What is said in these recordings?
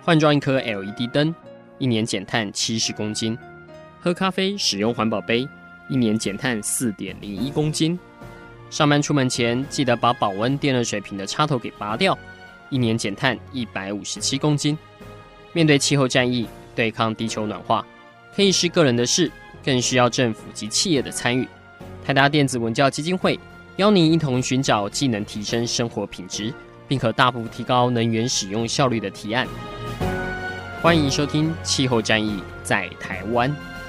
换装一颗 LED 灯，1年减碳70公斤；喝咖啡使用环保杯，1年减碳4.01公斤；上班出门前记得把保温电热水瓶的插头给拔掉，1年减碳157公斤。面对气候战役，对抗地球暖化，可以是个人的事，更需要政府及企业的参与。台达电子文教基金会邀您一同寻找既能提升生活品质，并可大幅提高能源使用效率的提案。欢迎收听《气候战役在台湾》。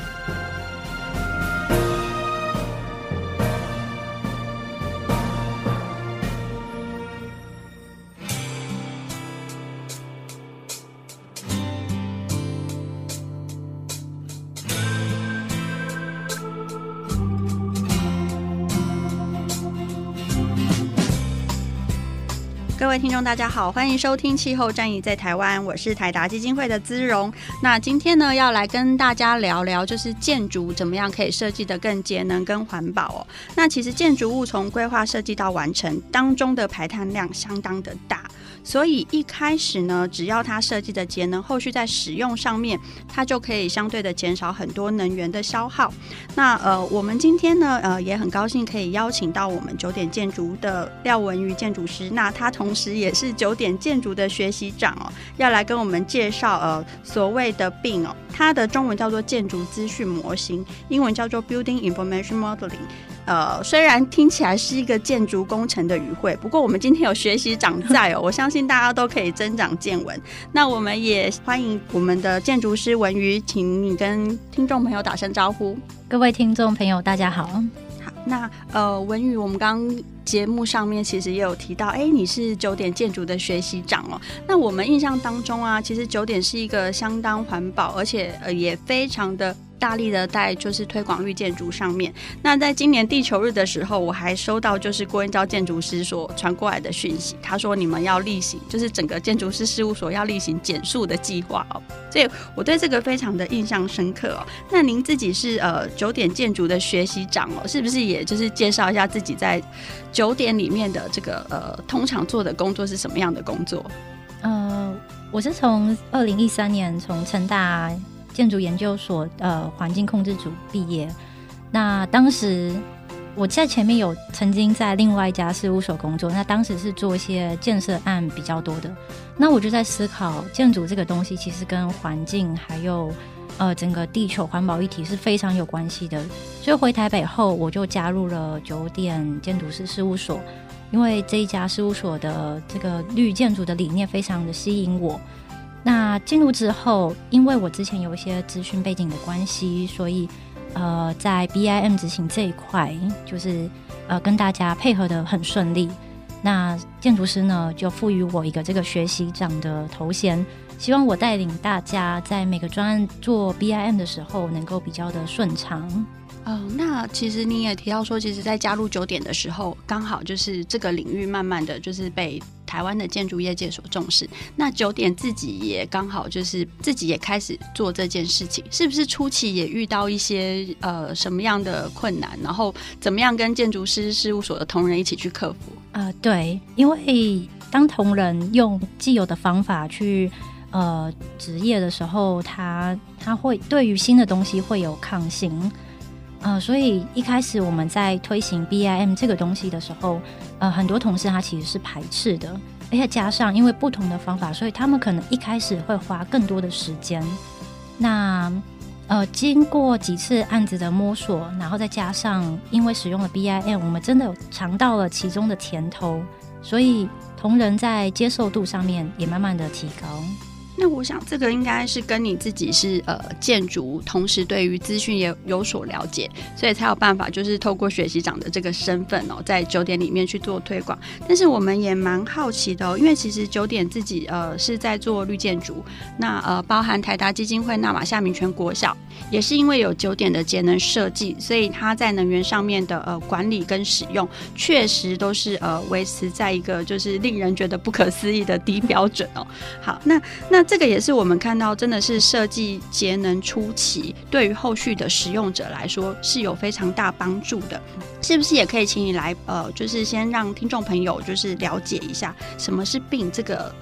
各位听众大家好，欢迎收听气候战役在台湾，我是台达基金会的姿蓉。那今天呢，要来跟大家聊聊就是建筑怎么样可以设计得更节能跟环保哦。那其实建筑物从规划设计到完成当中的排碳量相当的大，所以一开始呢，只要它设计的节能，后续在使用上面它就可以相对的减少很多能源的消耗。那我们今天呢也很高兴可以邀请到我们9点建筑的廖文瑜建筑师，那他同时也是9点建筑的学习长哦，要来跟我们介绍所谓的 BIM 哦，它的中文叫做建筑资讯模型，英文叫做 Building Information Modeling。虽然听起来是一个建筑工程的语汇，不过我们今天有学习长在哦，我相信大家都可以增长见闻。那我们也欢迎我们的建筑师文瑜，请你跟听众朋友打声招呼。 各位听众朋友大家好。 好，那文瑜，我们刚节目上面其实也有提到，你是9点建筑的学习长哦。那我们印象当中啊，其实9点是一个相当环保，而且也非常的大力的在就是推广绿建筑上面。那在今年地球日的时候，我还收到就是郭英昭建筑师所传过来的讯息，他说你们要例行，就是整个建筑师事务所要例行减塑的计划哦。所以我对这个非常的印象深刻哦。那您自己是9点建筑的学习长哦，是不是也就是介绍一下自己在9点里面的这个通常做的工作是什么样的工作？ 我是从2013年从成大建筑研究所环境控制组毕业。那当时我在前面有曾经在另外一家事务所工作，那当时是做一些建设案比较多的。那我就在思考，建筑这个东西其实跟环境还有整个地球环保议题是非常有关系的。所以回台北后，我就加入了9点建筑师事务所，因为这一家事务所的这个绿建筑的理念非常的吸引我。那进入之后，因为我之前有一些资讯背景的关系，所以在 BIM 执行这一块，就是跟大家配合的很顺利。那建筑师呢，就赋予我一个这个学习长的头衔，希望我带领大家在每个专案做 BIM 的时候，能够比较的顺畅。 那其实你也提到说，其实在加入9点的时候，刚好就是这个领域慢慢的就是被台湾的建筑业界所重视。那9点自己也刚好就是自己也开始做这件事情，是不是初期也遇到一些什么样的困难，然后怎么样跟建筑师事务所的同仁一起去克服？ 对，因为当同仁用既有的方法去职业的时候，他会对于新的东西会有抗性。所以一开始我们在推行 BIM 这个东西的时候，很多同事他其实是排斥的，而且加上因为不同的方法，所以他们可能一开始会花更多的时间。那经过几次案子的摸索，然后再加上因为使用了 BIM， 我们真的有尝到了其中的甜头，所以同仁在接受度上面也慢慢的提高。 那我想这个应该是跟你自己是建筑，同时对于资讯也有所了解，所以才有办法就是透过学习长的这个身份哦，在9点里面去做推广。但是我们也蛮好奇的哦，因为其实9点自己是在做绿建筑，那包含台达基金会纳马夏民权国小，也是因为有9点的节能设计，所以它在能源上面的管理跟使用确实都是维持在一个就是令人觉得不可思议的低标准哦。好，那这个也是我们看到真的是设计节能初期对于后续的使用者来说是有非常大帮助的。是不是也可以请你来就是先让听众朋友就是了解一下什么是BIM这个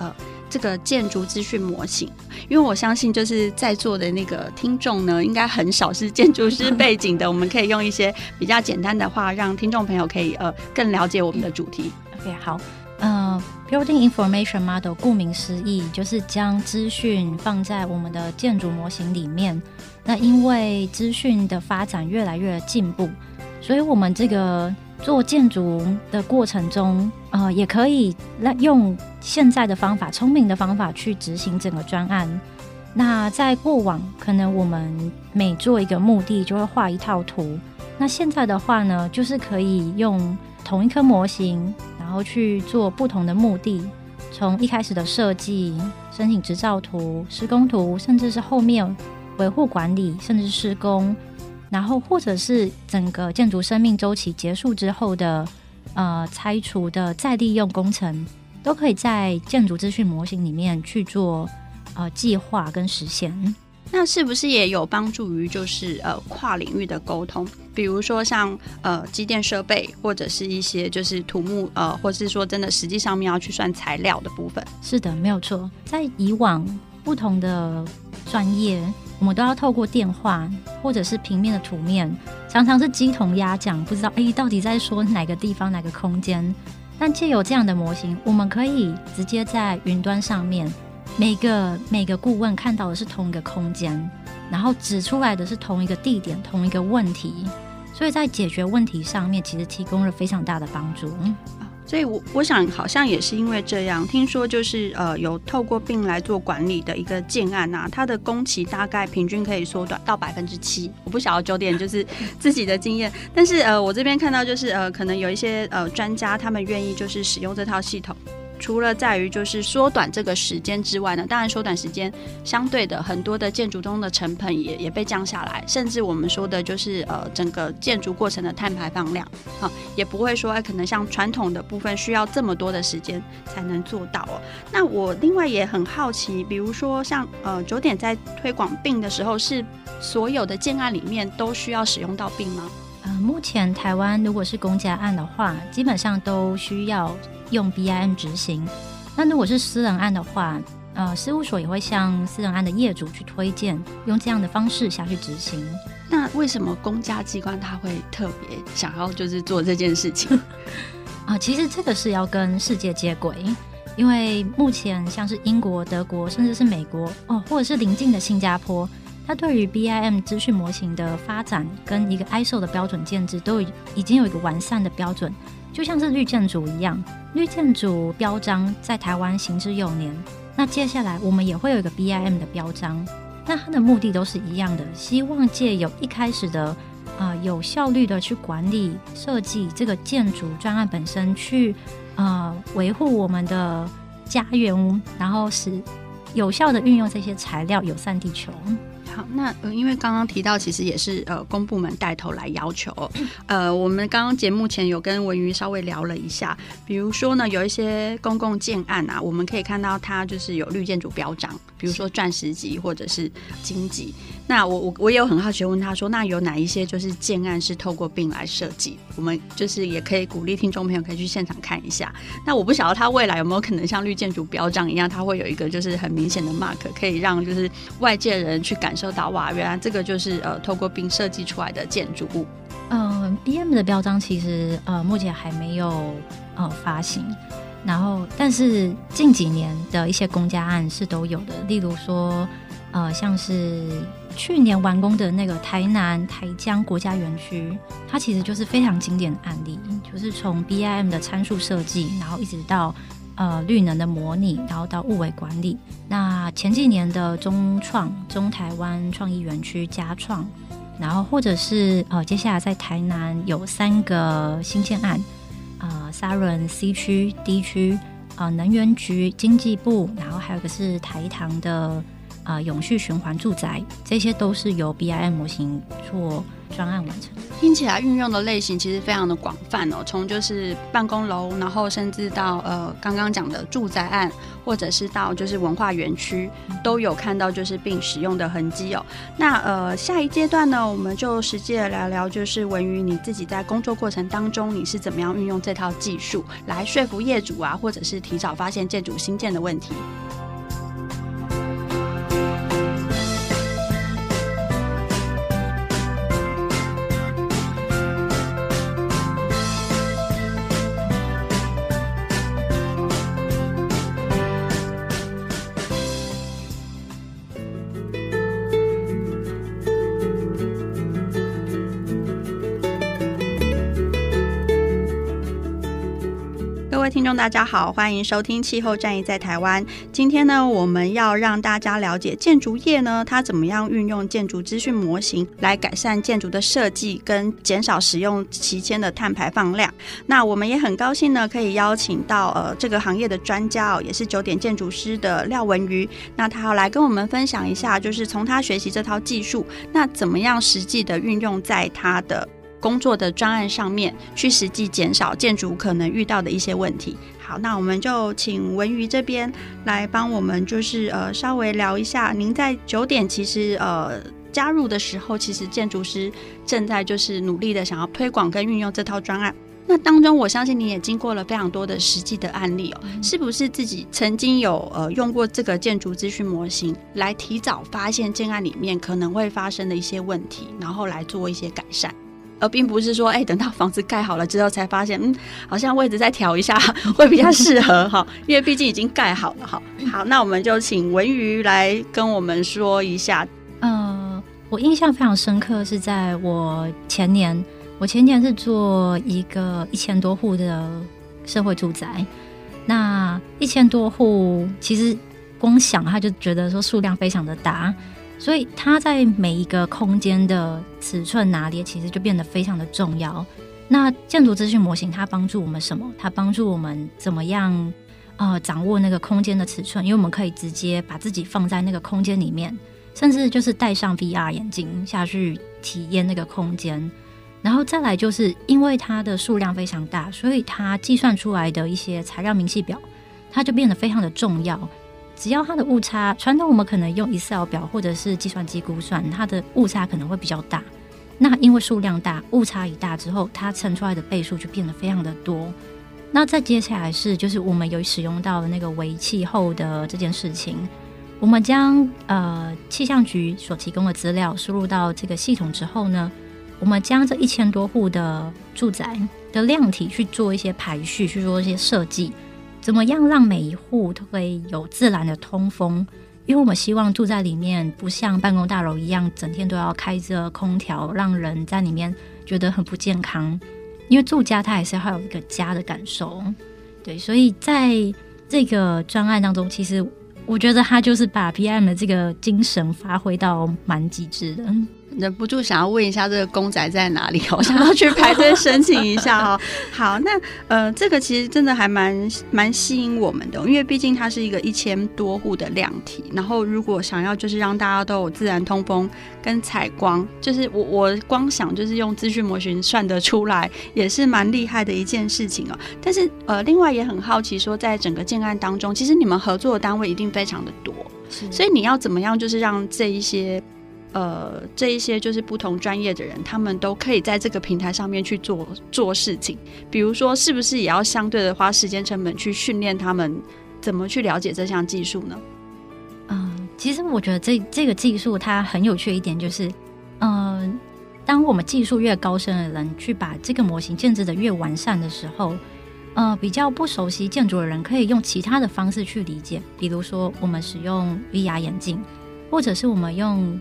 这个建筑资讯模型？因为我相信就是在座的那个听众呢，应该很少是建筑师背景的，我们可以用一些比较简单的话，让听众朋友可以更了解我们的主题。 OK， 好。Building Information Model 顾名思义就是将资讯放在我们的建筑模型里面。那因为资讯的发展越来越进步，所以我们这个做建筑的过程中也可以用现在的方法，聪明的方法去执行整个专案。那在过往可能我们每做一个目的就会画一套图，那现在的话呢，就是可以用同一颗模型，然后去做不同的目的，从一开始的设计、申请执照图、施工图，甚至是后面维护管理，甚至是施工，然后或者是整个建筑生命周期结束之后的拆除的再利用工程，都可以在建筑资讯模型里面去做计划跟实现。 那是不是也有帮助于就是跨领域的沟通？比如说像机电设备，或者是一些就是土木或是说真的实际上面要去算材料的部分。 是的，没有错。在以往不同的专业，我们都要透过电话或者是平面的图面，常常是鸡同鸭讲，不知道到底在说哪个地方哪个空间。但藉由这样的模型，我们可以直接在云端上面，每个顾问看到的是同一个空间，然后指出来的是同一个地点、同一个问题，所以在解决问题上面其实提供了非常大的帮助。 所以我想好像也是因为这样，听说就是有透过BIM来做管理的一个建案啊，它的工期大概平均可以缩短到7%。我不晓得9点就是自己的经验，但是我这边看到就是可能有一些专家他们愿意就是使用这套系统。除了在于就是缩短这个时间之外呢，当然缩短时间相对的很多的建筑中的成本也被降下来，甚至我们说的就是整个建筑过程的碳排放量也不会说可能像传统的部分需要这么多的时间才能做到哦。那我另外也很好奇，比如说像9点在推广BIM的时候，是所有的建案里面都需要使用到BIM吗？ 目前台湾如果是公家案的话，基本上都需要用 BIM 执行。那如果是私人案的话，事务所也会向私人案的业主去推荐用这样的方式下去执行。 那为什么公家机关他会特别想要就是做这件事情？ 其实这个是要跟世界接轨，因为目前像是英国、德国，甚至是美国或者是邻近的新加坡，它对于 BIM 资讯模型的发展跟一个 ISO 的标准建制都已经有一个完善的标准，就像是绿建筑一样，绿建筑标章在台湾行之有年，那接下来我们也会有一个 BIM 的标章，那它的目的都是一样的，希望借由一开始的有效率的去管理设计这个建筑专案本身，去维护我们的家园，然后使有效的运用这些材料，友善地球。 好，那因为刚刚提到其实也是公部门带头来要求我们刚刚节目前有跟文瑜稍微聊了一下，比如说呢有一些公共建案啊，我们可以看到它就是有绿建筑标章，比如说钻石级或者是金级。那我也有很好奇问他说，那有哪一些就是建案是透过BIM来设计？我们就是也可以鼓励听众朋友可以去现场看一下。那我不晓得他未来有没有可能像绿建筑标章一样，它会有一个就是很明显的 mark， 可以让就是外界人去感受到哇，原来这个就是透过BIM设计出来的建筑物。 BIM 的标章其实目前还没有发行，然后但是近几年的一些公家案是都有的，例如说像是去年完工的那个台南台江国家园区，它其实就是非常经典的案例，就是从 BIM 的参数设计，然后一直到绿能的模拟，然后到物维管理。那前几年的中台湾创意园区嘉创，然后或者是接下来在台南有3个新建案，沙仑 C 区 D 区能源局经济部，然后还有一个是台糖的永续循环住宅，这些都是由 BIM 模型做专案完成。 听起来运用的类型其实非常的广泛哦，从就是办公楼，然后甚至到刚刚讲的住宅案，或者是到就是文化园区，都有看到就是并使用的痕迹哦。那下一阶段呢，我们就实际的聊聊，就是文瑜你自己在工作过程当中，你是怎么样运用这套技术来说服业主啊，或者是提早发现建筑新建的问题。 听众大家好，欢迎收听气候战役在台湾。今天呢，我们要让大家了解建筑业呢，它怎么样运用建筑资讯模型来改善建筑的设计跟减少使用期间的碳排放量。那我们也很高兴呢，可以邀请到这个行业的专家也是9点建筑师的廖文瑜。那他要来跟我们分享一下，就是从他学习这套技术，那怎么样实际的运用在他的工作的专案上面，去实际减少建筑可能遇到的一些问题。好，那我们就请文瑜这边来帮我们，就是稍微聊一下，您在9点其实加入的时候，其实建筑师正在就是努力的想要推广跟运用这套专案。那当中我相信你也经过了非常多的实际的案例是不是自己曾经有用过这个建筑资讯模型来提早发现建案里面可能会发生的一些问题，然后来做一些改善？而并不是说等到房子盖好了之后才发现好像位置再调一下会比较适合因为毕竟已经盖好了好，那我们就请文瑜来跟我们说一下。 我印象非常深刻是在我前年是做一个1000多户的社会住宅。那1000多户其实光想他就觉得说数量非常的大，所以它在每一个空间的尺寸拿捏其实就变得非常的重要。那建筑资讯模型它帮助我们什么？它帮助我们怎么样掌握那个空间的尺寸，因为我们可以直接把自己放在那个空间里面，甚至就是戴上 VR 眼镜下去体验那个空间。然后再来就是因为它的数量非常大，所以它计算出来的一些材料明细表它就变得非常的重要。只要它的误差，传统我们可能用 Excel 表或者是计算机估算，它的误差可能会比较大。那因为数量大，误差一大之后，它乘出来的倍数就变得非常的多。那再接下来是就是我们有使用到那个微气候的这件事情，我们将气象局所提供的资料输入到这个系统之后呢，我们将这1000多户的住宅的量体去做一些排序，去做一些设计。怎么样让每一户都会有自然的通风？因为我们希望住在里面不像办公大楼一样整天都要开着空调，让人在里面觉得很不健康。因为住家它还是要有一个家的感受。对，所以在这个专案当中，其实我觉得它就是把 BIM 的这个精神发挥到蛮极致的。 忍不住想要问一下这个公仔在哪里我想要去排队申请一下好，那这个其实真的还蛮吸引我们的，因为毕竟它是一个1000多户的量体，然后如果想要就是让大家都有自然通风跟采光，就是我光想就是用资讯模型算得出来，也是蛮厉害的一件事情但是另外也很好奇说，在整个建案当中，其实你们合作的单位一定非常的多，所以你要怎么样就是让这一些就是不同专业的人，他们都可以在这个平台上面去做事情。比如说，是不是也要相对的花时间成本去训练他们怎么去了解这项技术呢？ 其实我觉得这个技术它很有趣的一点就是，当我们技术越高深的人去把这个模型建制的越完善的时候，比较不熟悉建筑的人可以用其他的方式去理解，比如说我们使用 VR 眼镜，或者是我们用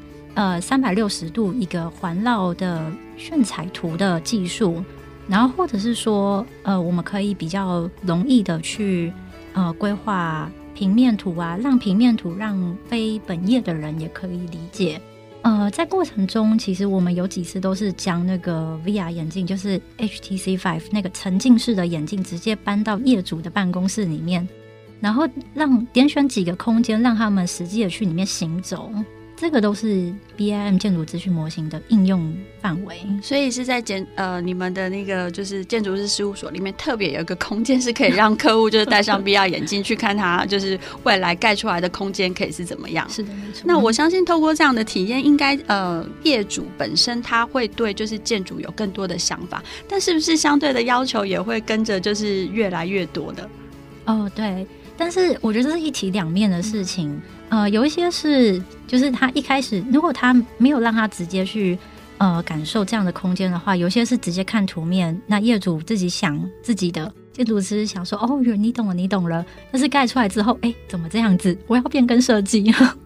360度一个环绕的炫彩图的技术，然后或者是说我们可以比较容易的去规划平面图让平面图让非本业的人也可以理解。在过程中其实我们有几次都是将那个 VR 眼镜，就是 HTC Vive 那个沉浸式的眼镜直接搬到业主的办公室里面，然后点选几个空间让他们实际的去里面行走。这个都是 BIM 建筑资讯模型的应用范围， 所以是在你们的那个就是建筑师事务所里面特别有一个空间是可以让客户就是戴上 VR 眼镜去看他就是未来盖出来的空间可以是怎么样。 是的，没错。 那我相信透过这样的体验，应该业主本身他会对就是建筑有更多的想法，但是不是相对的要求也会跟着就是越来越多的？ 对，但是我觉得这是一体两面的事情。有一些是就是他一开始如果他没有让他直接去感受这样的空间的话，有些是直接看图面，那业主自己想自己的，建筑师想说你懂了，但是盖出来之后怎么这样子，我要变更设计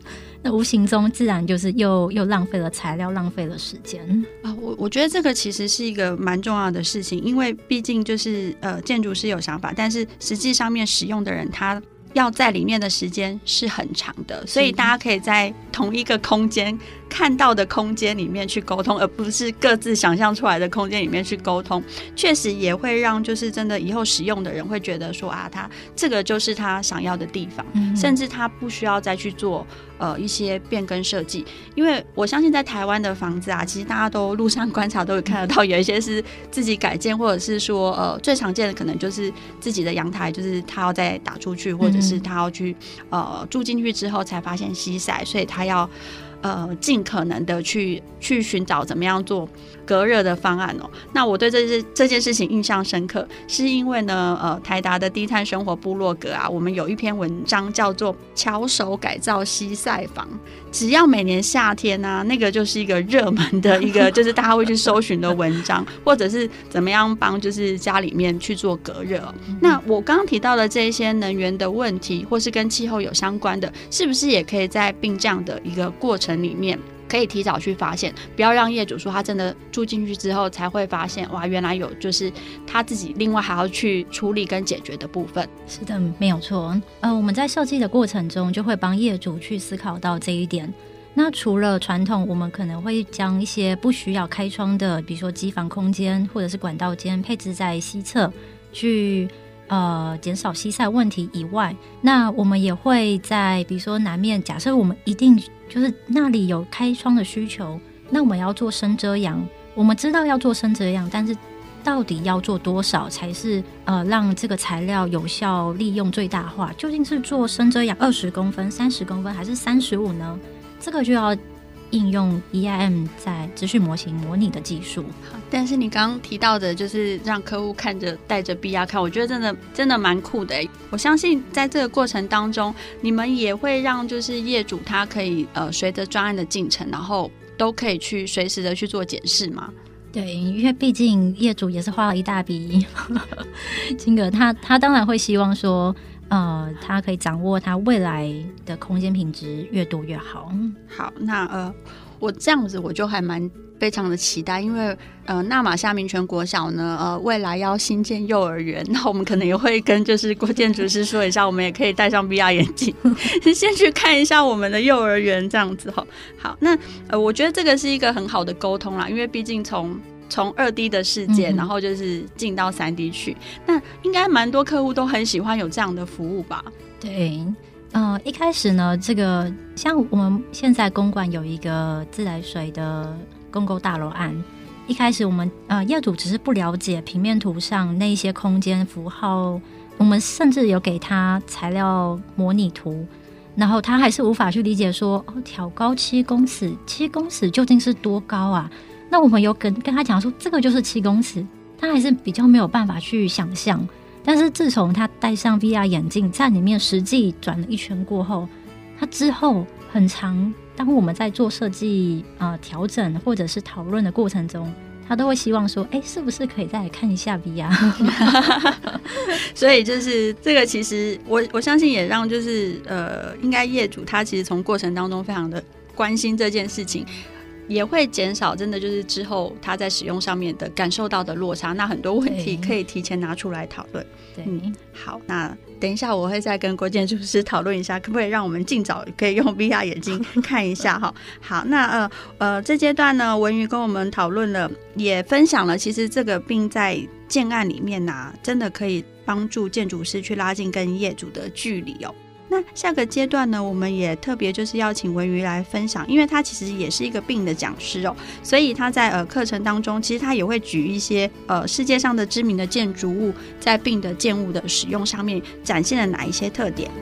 那无形中自然就是又浪费了材料，浪费了时间啊。我觉得这个其实是一个蛮重要的事情，因为毕竟就是建筑师有想法，但是实际上面使用的人他要在里面的时间是很长的，所以大家可以在同一个空间看到的空间里面去沟通，而不是各自想象出来的空间里面去沟通，确实也会让就是真的以后使用的人会觉得说啊，他这个就是他想要的地方，甚至他不需要再去做一些变更设计。因为我相信在台湾的房子啊，其实大家都路上观察都有看得到，有一些是自己改建，或者是说最常见的可能就是自己的阳台就是他要再打出去，或者是他要去住进去之后才发现西晒，所以他要尽可能的去寻找怎么样做隔热的方案哦。那我对这件事情印象深刻，是因为呢台达的低碳生活部落格啊，我们有一篇文章叫做巧手改造西晒房。只要每年夏天啊，那个就是一个热门的一个就是大家会去搜寻的文章，或者是怎么样帮就是家里面去做隔热哦。那我刚刚提到的这些能源的问题，或是跟气候有相关的，是不是也可以在并这样的一个过程里面可以提早去发现，不要让业主说他真的住进去之后才会发现，哇，原来有就是他自己另外还要去处理跟解决的部分。 是的，没有错。我们在设计的过程中就会帮业主去思考到这一点。那除了传统，我们可能会将一些不需要开窗的，比如说机房空间或者是管道间配置在西侧，去减少西晒问题以外，那我们也会在比如说南面，假设我们一定就是那里有开窗的需求，那我们要做深遮阳，我们知道要做深遮阳，但是到底要做多少才是让这个材料有效利用最大化？究竟是做深遮阳20公分、30公分还是35呢？这个就要应用 EIM 在资讯模型模拟的技术。 但是你刚刚提到的就是让客户看着带着 BR 看，我觉得真的蛮酷的。我相信在这个过程当中，你们也会让就是业主他可以随着专案的进程，然后都可以去随时的去做检视吗？ 对，因为毕竟业主也是花了一大笔金额，他当然会希望说他可以掌握他未来的空间品质越多越好。 好，那我这样子我就还蛮非常的期待，因为那玛夏民权国小呢未来要新建幼儿园，那我们可能也会跟就是郭建筑师说一下，我们也可以戴上 VR 眼镜先去看一下我们的幼儿园这样子。好，那我觉得这个是一个很好的沟通啦，因为毕竟从2D 的世界然后就是进到3D 去，那应该蛮多客户都很喜欢有这样的服务吧？ 对，一开始呢，这个像我们现在公馆有一个自来水的公购大楼案，一开始我们业主只是不了解平面图上那一些空间符号，我们甚至有给他材料模拟图，然后他还是无法去理解说挑高7公尺究竟是多高啊？那我们有跟他讲说这个就是7公尺，他还是比较没有办法去想象。但是自从他戴上 VR 眼镜在里面实际转了一圈过后，他之后很长，当我们在做设计调整或者是讨论的过程中，他都会希望说是不是可以再来看一下 VR 所以就是这个其实我相信也让就是应该业主他其实从过程当中非常的关心这件事情，也会减少真的就是之后他在使用上面的感受到的落差，那很多问题可以提前拿出来讨论。 对， 好，那等一下我会再跟郭建筑师讨论一下，可不可以让我们尽早可以用 VR 眼镜看一下哈。好，那这阶段呢，文瑜跟我们讨论了，也分享了，其实这个并在建案里面真的可以帮助建筑师去拉近跟业主的距离哦。那下个阶段呢，我们也特别就是邀请文瑜来分享，因为他其实也是一个BIM的讲师哦，所以他在课程当中，其实他也会举一些世界上的知名的建筑物在BIM的建物的使用上面展现了哪一些特点。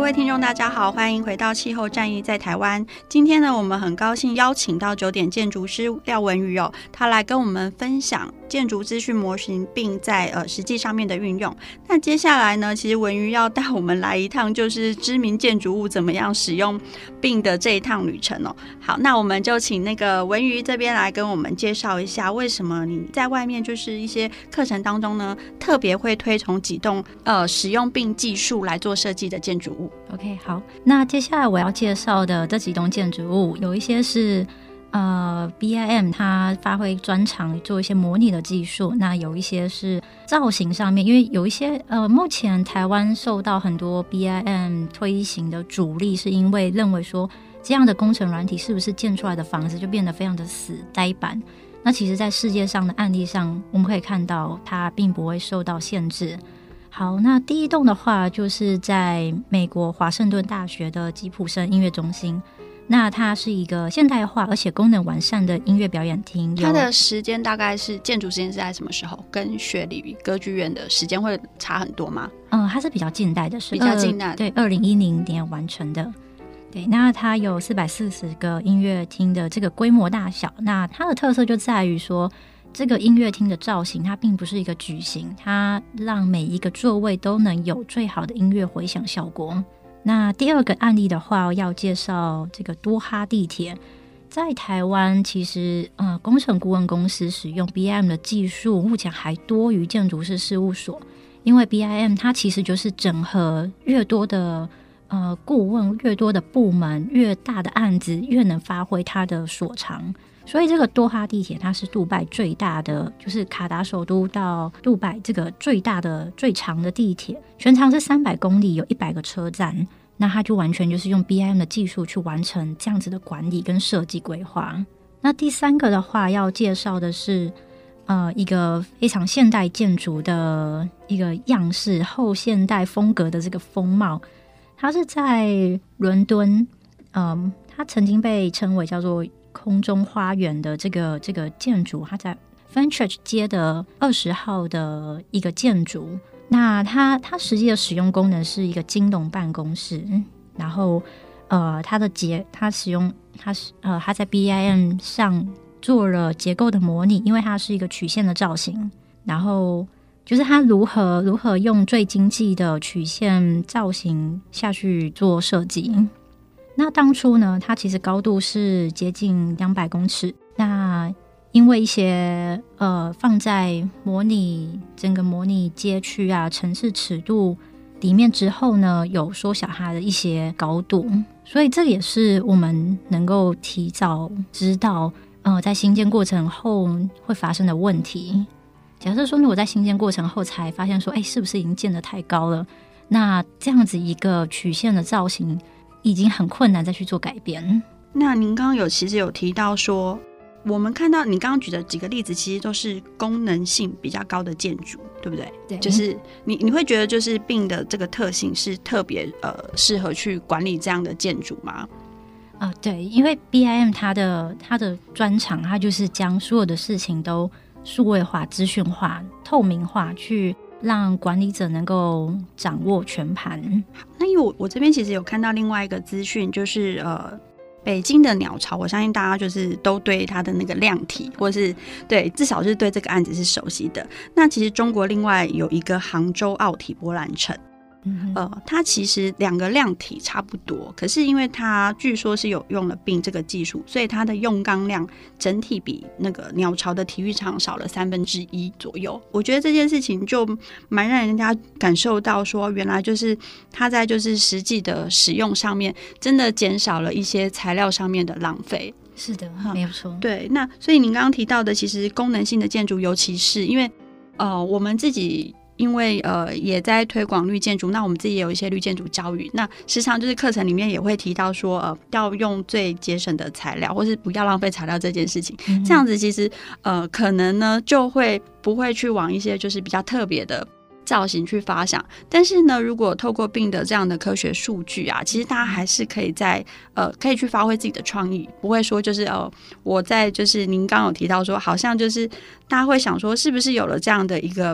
位听众大家好，欢迎回到气候战役在台湾。今天呢，我们很高兴邀请到9点建筑师廖文瑜他来跟我们分享建筑资讯模型并在实际上面的运用。那接下来呢，其实文瑜要带我们来一趟就是知名建筑物怎么样使用并的这一趟旅程好，那我们就请那个文瑜这边来跟我们介绍一下，为什么你在外面就是一些课程当中呢，特别会推崇几栋使用并技术来做设计的建筑物。 OK， 好，那接下来我要介绍的这几栋建筑物，有一些是BIM 它发挥专长做一些模拟的技术，那有一些是造型上面，因为有一些目前台湾受到很多 BIM 推行的阻力，是因为认为说这样的工程软体是不是建出来的房子就变得非常的死呆板。那其实在世界上的案例上，我们可以看到它并不会受到限制。好，那第一栋的话就是在美国华盛顿大学的吉普森音乐中心，那它是一个现代化而且功能完善的音乐表演厅。 它的时间大概是建筑时间是在什么时候？跟雪梨歌剧院的时间会差很多吗？ 它是比较近代的， 比较近代， 对，2010年完成的。对，那它有440个音乐厅的这个规模大小，那它的特色就在于说，这个音乐厅的造型它并不是一个矩形，它让每一个座位都能有最好的音乐回响效果。那第二个案例的话，要介绍这个多哈地铁。在台湾其实工程顾问公司使用 BIM 的技术目前还多于建筑师事务所，因为 BIM 它其实就是整合越多的顾问，越多的部门，越大的案子越能发挥它的所长。所以这个多哈地铁它是杜拜最大的，就是卡达首都到杜拜这个最大的最长的地铁，全长是300公里，有100个车站。那它就完全就是用 BIM 的技术去完成这样子的管理跟设计规划。那第三个的话要介绍的是一个非常现代建筑的一个样式，后现代风格的这个风貌。它是在伦敦，它曾经被称为叫做空中花园的这个建筑，它在 Fenchurch 街的20号的一个建筑。那它实际的使用功能是一个金融办公室，然后它在 BIM 上做了结构的模拟，因为它是一个曲线的造型，然后就是它如何用最经济的曲线造型下去做设计。那当初呢，它其实高度是接近200公尺，那因为一些放在整个模拟街区啊、城市尺度里面之后呢，有缩小它的一些高度，所以这也是我们能够提早知道在新建过程后会发生的问题。假设说如果在新建过程后才发现说是不是已经建得太高了，那这样子一个曲线的造型已经很困难再去做改变。 那您刚刚其实有提到说，我们看到你刚刚举的几个例子其实都是功能性比较高的建筑，对不对？ 对， 就是你会觉得就是BIM的这个特性是特别适合去管理这样的建筑吗？ 对，因为 BIM 它的专长，它就是将所有的事情都数位化、资讯化、透明化，去让管理者能够掌握全盘。 那因为我这边其实有看到另外一个资讯，就是北京的鸟巢，我相信大家就是都对它的那个量体，或是对至少是对这个案子是熟悉的。那其实中国另外有一个杭州奥体博览城，它其实两个量体差不多，可是因为它据说是有用了BIM这个技术，所以它的用钢量整体比那个鸟巢的体育场少了1/3左右。我觉得这件事情就蛮让人家感受到说，原来就是它在就是实际的使用上面真的减少了一些材料上面的浪费。 是的，没有错。 对，那所以您刚刚提到的其实功能性的建筑，尤其是因为我们自己因为也在推广绿建筑，那我们自己也有一些绿建筑教育，那时常就是课程里面也会提到说要用最节省的材料，或是不要浪费材料这件事情。这样子其实可能呢就会不会去往一些就是比较特别的造型去发想，但是呢如果透过BIM的这样的科学数据啊，其实大家还是可以在可以去发挥自己的创意，不会说就是我在就是您刚刚有提到说好像就是大家会想说是不是有了这样的一个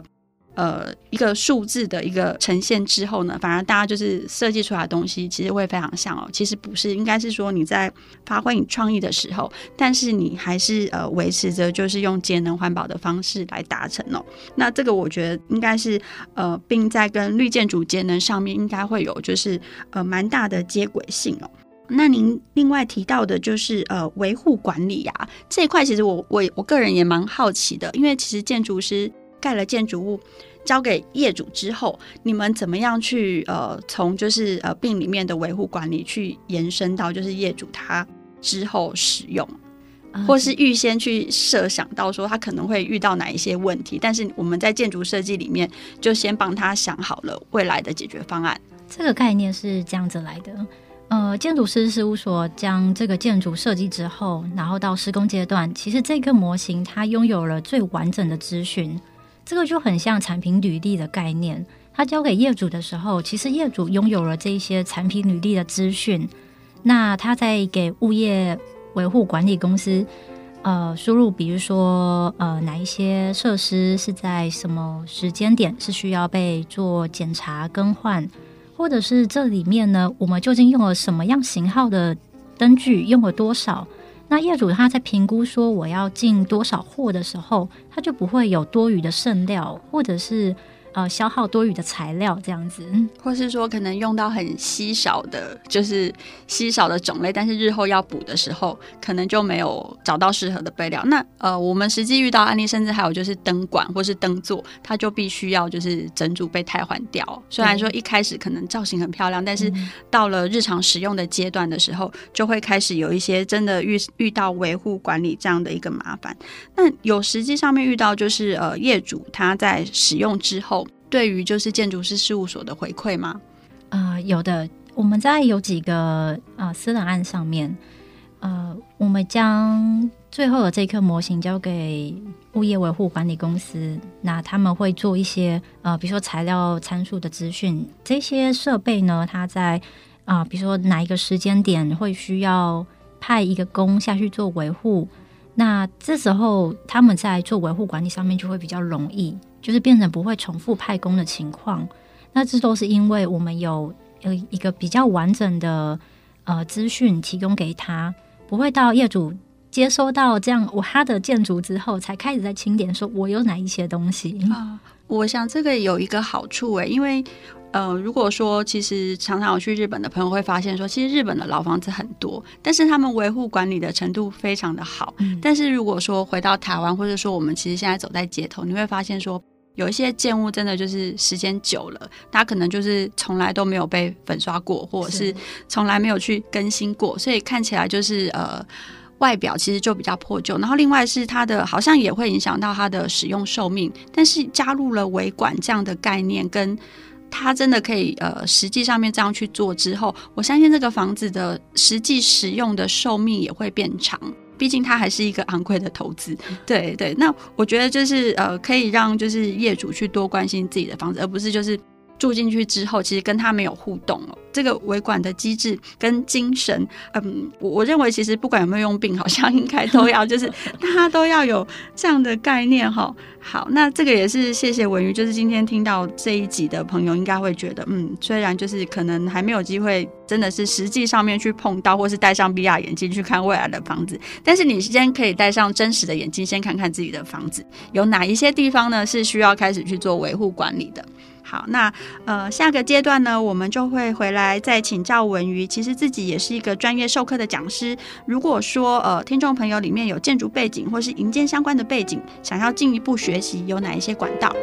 一个数字的一个呈现之后呢，反而大家就是设计出来的东西其实会非常像哦。其实不是，应该是说你在发挥你创意的时候，但是你还是维持着就是用节能环保的方式来达成哦。那这个我觉得应该是并在跟绿建筑节能上面应该会有就是蛮大的接轨性哦。那您另外提到的就是维护管理啊这一块，其实我个人也蛮好奇的，因为其实建筑师盖了建筑物交给业主之后，你们怎么样去从就是病里面的维护管理去延伸到就是业主他之后使用，或是预先去设想到说他可能会遇到哪一些问题，但是我们在建筑设计里面就先帮他想好了未来的解决方案。 这个概念是这样子来的。建筑师事务所将这个建筑设计之后，然后到施工阶段，其实这个模型它拥有了最完整的资讯。这个就很像产品履历的概念，它交给业主的时候，其实业主拥有了这些产品履历的资讯，那他在给物业维护管理公司输入，比如说哪一些设施是在什么时间点是需要被做检查更换，或者是这里面呢我们究竟用了什么样型号的灯具，用了多少。那业主他在评估说我要进多少货的时候，他就不会有多余的剩料，或者是消耗多余的材料这样子， 或是说可能用到很稀少的，就是稀少的种类，但是日后要补的时候可能就没有找到适合的备料。那我们实际遇到案例，甚至还有就是灯管或是灯座，它就必须要就是整组被汰换掉。虽然说一开始可能造型很漂亮，但是到了日常使用的阶段的时候，就会开始有一些真的遇到维护管理这样的一个麻烦。那有实际上面遇到就是业主他在使用之后对于就是建筑师事务所的回馈吗？ 有的。我们在有几个私人案上面，我们将最后的这颗模型交给物业维护管理公司，那他们会做一些比如说材料参数的资讯，这些设备呢，它在比如说哪一个时间点会需要派一个工下去做维护，那这时候他们在做维护管理上面就会比较容易，就是变成不会重复派工的情况。那这都是因为我们有一个比较完整的资讯提供给他，不会到业主接收到这样他的建筑之后才开始在清点说我有哪一些东西。 我想这个有一个好处因为如果说其实常常有去日本的朋友会发现说，其实日本的老房子很多，但是他们维护管理的程度非常的好。但是如果说回到台湾，或者说我们其实现在走在街头，你会发现说有一些建物真的就是时间久了，它可能就是从来都没有被粉刷过，或者是从来没有去更新过，所以看起来就是外表其实就比较破旧，然后另外是它的好像也会影响到它的使用寿命，但是加入了维管这样的概念，跟它真的可以实际上面这样去做之后，我相信这个房子的实际使用的寿命也会变长，毕竟它还是一个昂贵的投资。对对，那我觉得就是可以让就是业主去多关心自己的房子，而不是就是住进去之后其实跟他没有互动这个维管的机制跟精神我认为其实不管有没有用病，好像应该都要就是大家都要有这样的概念好，那这个也是谢谢文瑜，就是今天听到这一集的朋友应该会觉得虽然就是可能还没有机会真的是实际上面去碰到，或是戴上 VR 眼镜去看未来的房子，但是你先可以戴上真实的眼镜，先看看自己的房子有哪一些地方呢是需要开始去做维护管理的。好，那下个阶段呢，我们就会回来再请教文瑜。其实自己也是一个专业授课的讲师。如果说听众朋友里面有建筑背景或是营建相关的背景，想要进一步学习，有哪一些管道？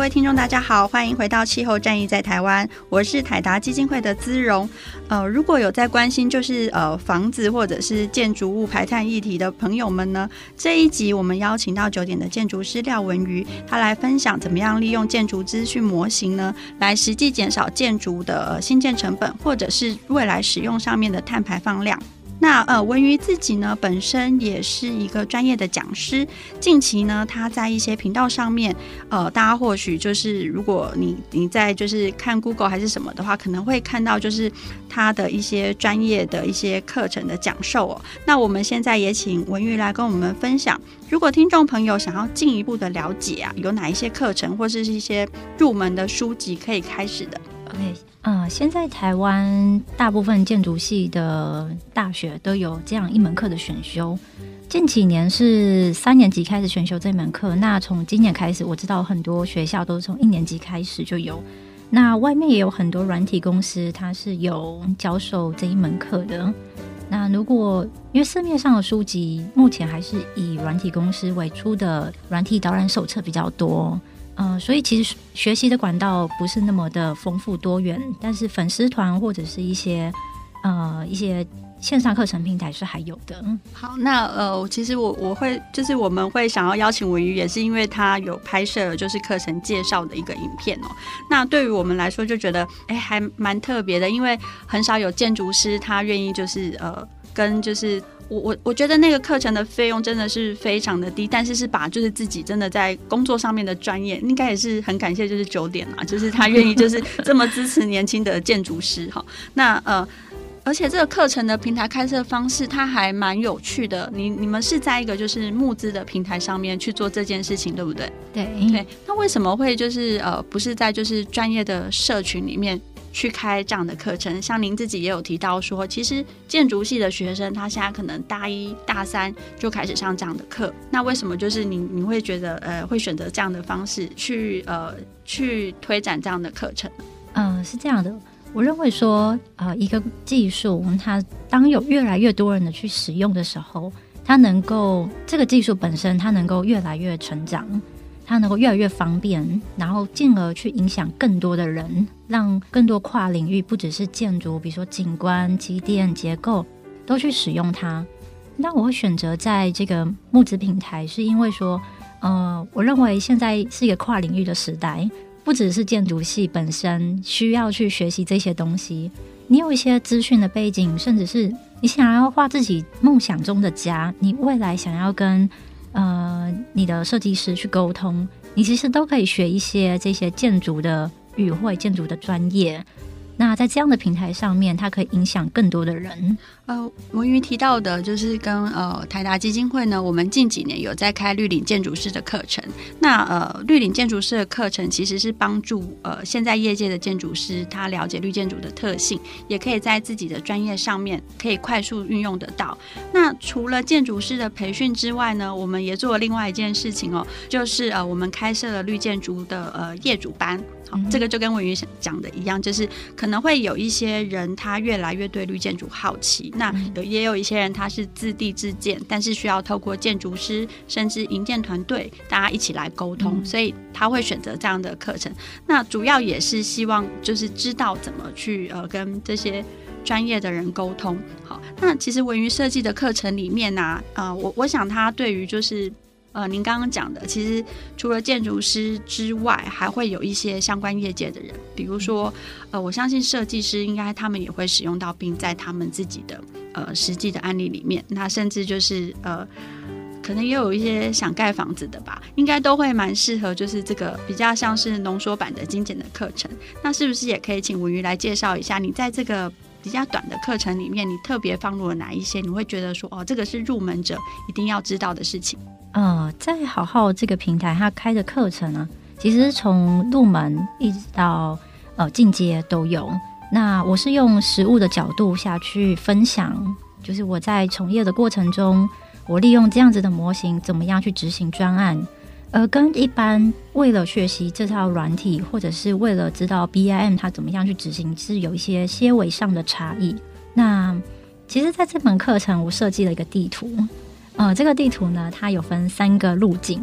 位听众大家好，欢迎回到气候战役在台湾，我是台达基金会的姿蓉。如果有在关心就是房子或者是建筑物排碳议题的朋友们呢，这一集我们邀请到9点的建筑师廖文瑜，他来分享怎么样利用建筑资讯模型呢，来实际减少建筑的新建成本，或者是未来使用上面的碳排放量。那文瑜自己呢，本身也是一个专业的讲师。近期呢，他在一些频道上面，大家或许就是如果你在就是看 Google 还是什么的话，可能会看到就是他的一些专业的一些课程的讲授哦。那我们现在也请文瑜来跟我们分享，如果听众朋友想要进一步的了解啊，有哪一些课程或是一些入门的书籍可以开始的。 OK，现在台湾大部分建筑系的大学都有这样一门课的选修。近几年是3年级开始选修这门课，那从今年开始，我知道很多学校都是从1年级开始就有。那外面也有很多软体公司，它是有教授这一门课的。那如果因为市面上的书籍目前还是以软体公司为出的软体导览手册比较多。所以其实学习的管道不是那么的丰富多元，但是粉丝团或者是一些线上课程平台是还有的。 好，那其实我会就是我们会想要邀请文瑜，也是因为他有拍摄就是课程介绍的一个影片哦。那对于我们来说就觉得还蛮特别的，因为很少有建筑师他愿意就是跟就是我觉得那个课程的费用真的是非常的低，但是把就是自己真的在工作上面的专业，应该也是很感谢就是9点啊，就是他愿意就是这么支持年轻的建筑师哈。那而且这个课程的平台开设方式它还蛮有趣的，你们是在一个就是募资的平台上面去做这件事情，对不对？ 对。 那为什么会就是不是在就是专业的社群里面去开这样的课程？像您自己也有提到说，其实建筑系的学生他现在可能大1、大3就开始上这样的课，那为什么就是你会觉得会选择这样的方式去推展这样的课程？ 是这样的。我认为说，一个技术，它当有越来越多人的去使用的时候，它能够这个技术本身，它能够越来越成长，它能够越来越方便，然后进而去影响更多的人，让更多跨领域，不只是建筑，比如说景观、机电、结构，都去使用它。那我会选择在这个募资平台，是因为说，我认为现在是一个跨领域的时代。不只是建筑系本身需要去学习这些东西，你有一些资讯的背景，甚至是你想要画自己梦想中的家，你未来想要跟你的设计师去沟通，你其实都可以学一些这些建筑的语汇、建筑的专业。那在这样的平台上面，它可以影响更多的人。 文瑜提到的就是跟台达基金会呢，我们近几年有在开绿领建筑师的课程。那绿领建筑师的课程其实是帮助现在业界的建筑师他了解绿建筑的特性，也可以在自己的专业上面可以快速运用得到。那除了建筑师的培训之外呢，我们也做了另外一件事情哦，就是我们开设了绿建筑的业主班。好，这个就跟文瑜讲的一样，就是可能会有一些人他越来越对绿建筑好奇，那也有一些人他是自地自建，但是需要透过建筑师甚至营建团队大家一起来沟通，所以他会选择这样的课程。那主要也是希望就是知道怎么去跟这些专业的人沟通。好，那其实文瑜设计的课程里面啊，我想他对于就是您刚刚讲的，其实除了建筑师之外，还会有一些相关业界的人，比如说我相信设计师应该他们也会使用到，并在他们自己的实际的案例里面，那甚至就是可能也有一些想盖房子的吧，应该都会蛮适合就是这个比较像是浓缩版的精简的课程。那是不是也可以请文瑜来介绍一下，你在这个比较短的课程里面，你特别放入了哪一些你会觉得说这个是入门者一定要知道的事情？ 在好好这个平台它开的课程呢，其实从入门一直到进阶都有。那我是用实务的角度下去分享，就是我在从业的过程中，我利用这样子的模型怎么样去执行专案，跟一般为了学习这套软体或者是为了知道 BIM 它怎么样去执行是有一些些微上的差异。那其实在这门课程我设计了一个地图，这个地图呢它有分3个路径。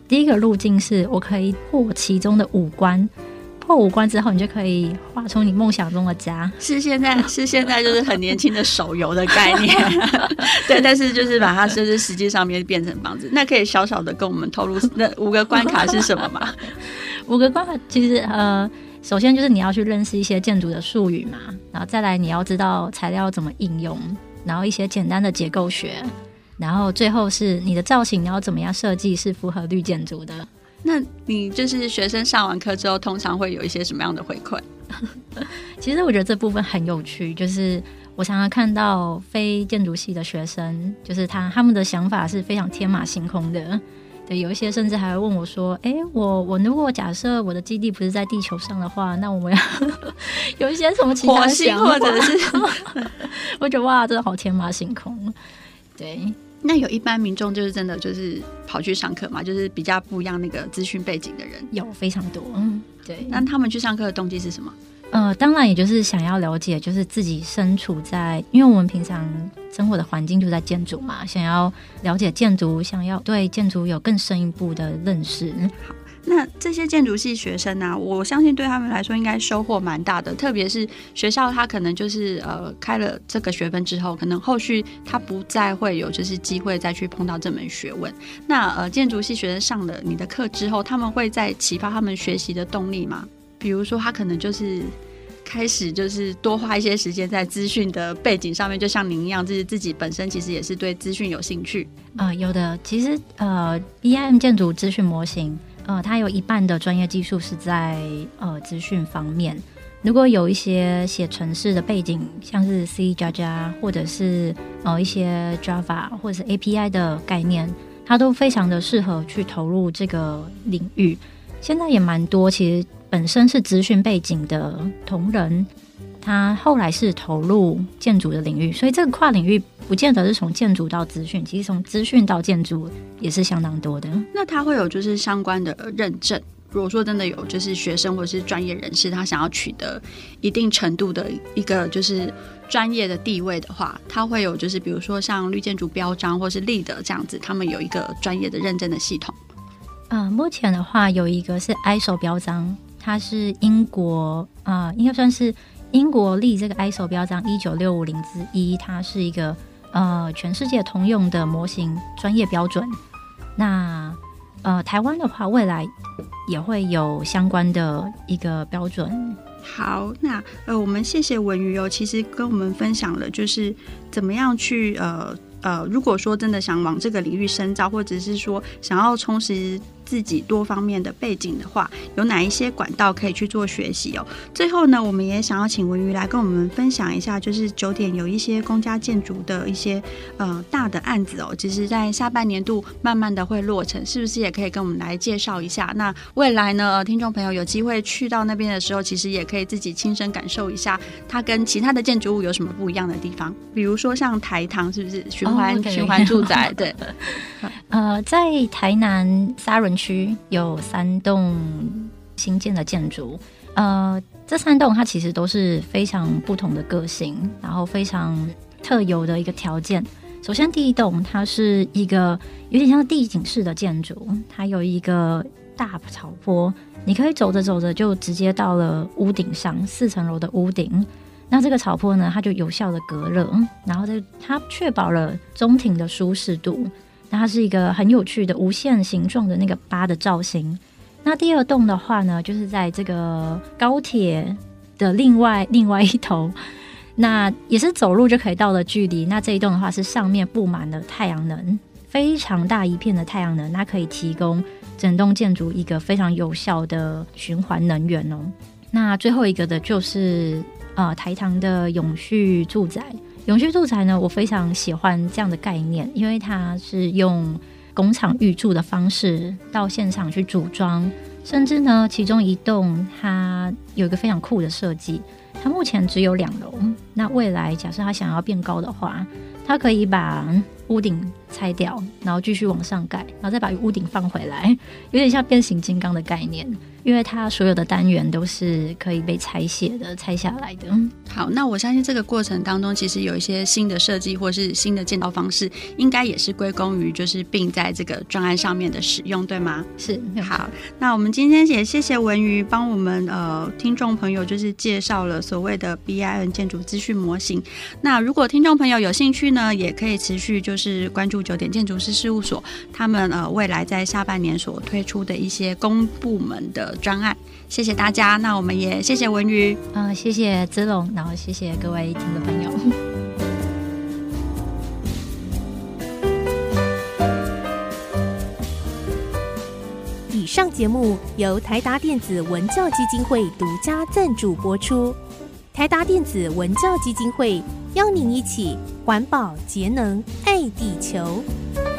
第一个路径是我可以破其中的5关，破5关之后，你就可以画出你梦想中的家。 是现在就是很年轻的手游的概念，对，但是就是把它就是实际上面变成房子。那可以小小的跟我们透露那5个关卡是什么吗 ？5个关卡其实首先就是你要去认识一些建筑的术语嘛，然后再来你要知道材料怎么应用，然后一些简单的结构学，然后最后是你的造型你要怎么样设计是符合绿建筑的。 那你就是学生上完课之后通常会有一些什么样的回馈？ 其实我觉得这部分很有趣，就是我常常看到非建筑系的学生，就是他们的想法是非常天马行空的。对，有一些甚至还会问我说我如果假设我的基地不是在地球上的话，那我们要有一些什么其他想法， 火星或者是我觉得哇真的好天马行空。对， 那有一般民众就是真的就是跑去上课嘛，就是比较不一样那个资讯背景的人有非常多。对， 那他们去上课的动机是什么？ 当然也就是想要了解就是自己身处在，因为我们平常生活的环境就在建筑嘛，想要了解建筑，想要对建筑有更深一步的认识。 好，那这些建筑系学生啊，我相信对他们来说应该收获蛮大的，特别是学校他可能就是开了这个学分之后，可能后续他不再会有就是机会再去碰到这门学问。那建筑系学生上了你的课之后，他们会再启发他们学习的动力吗？比如说他可能就是开始就是多花一些时间在资讯的背景上面，就像您一样，就是自己本身其实也是对资讯有兴趣。 有的，其实BIM 建筑资讯模型它有一半的专业技术是在资讯方面。如果有一些写程式的背景，像是 C++或者是一些 Java 或者是 API 的概念，它都非常的适合去投入这个领域。现在也蛮多其实本身是资讯背景的同仁，他后来是投入建筑的领域，所以这个跨领域不见得是从建筑到资讯，其实从资讯到建筑也是相当多的。 那他会有就是相关的认证，如果说真的有就是学生或者是专业人士他想要取得一定程度的一个就是专业的地位的话，他会有就是比如说像绿建筑标章或是LEED这样子，他们有一个专业的认证的系统。 目前的话有一个是 ISO 标章，它是英国应该算是英国立这个 ISO 标章19650之一，它是一个全世界通用的模型专业标准。那台湾的话未来也会有相关的一个标准。 好，那我们谢谢文瑜其实跟我们分享了就是怎么样去如果说真的想往这个领域深造，或者是说想要充实自己多方面的背景的话，有哪一些管道可以去做学习最后呢，我们也想要请文瑜来跟我们分享一下，就是9点有一些公家建筑的一些大的案子其实在下半年度慢慢的会落成，是不是也可以跟我们来介绍一下？那未来呢，听众朋友有机会去到那边的时候，其实也可以自己亲身感受一下它跟其他的建筑物有什么不一样的地方，比如说像台糖是不是循环住宅对在台南沙仑区有3栋新建的建筑，这3栋它其实都是非常不同的个性，然后非常特有的一个条件。首先第一栋它是一个有点像地景式的建筑，它有一个大草坡，你可以走着走着就直接到了屋顶上，4层楼的屋顶。那这个草坡呢，它就有效的隔热，然后它确保了中庭的舒适度。那它是一个很有趣的无限形状的那个8的造型。那第2栋的话呢，就是在这个高铁的另外一头，那也是走路就可以到的距离。那这一栋的话是上面布满了太阳能，非常大一片的太阳能，它可以提供整栋建筑一个非常有效的循环能源那最后一个的就是台糖的永续住宅。永续住宅呢，我非常喜欢这样的概念，因为它是用工厂预铸的方式到现场去组装，甚至呢其中一栋它有一个非常酷的设计，它目前只有2楼，那未来假设它想要变高的话，它可以把屋顶拆掉，然后继续往上盖，然后再把屋顶放回来，有点像变形金刚的概念，因为它所有的单元都是可以被拆卸的、拆下来的。 好，那我相信这个过程当中，其实有一些新的设计或是新的建造方式，应该也是归功于就是并在这个专案上面的使用，对吗？ 是。 好，那我们今天也谢谢文瑜帮我们听众朋友就是介绍了所谓的 BIM 建筑资讯模型。那如果听众朋友有兴趣呢，也可以持续就是关注9点建筑师事务所他们未来在下半年所推出的一些公部门的专案。谢谢大家，那我们也谢谢文瑜， 谢谢姿龙，然后谢谢各位听众朋友。 以上节目由台达电子文教基金会独家赞助播出。台达电子文教基金会邀您一起环保节能爱地球。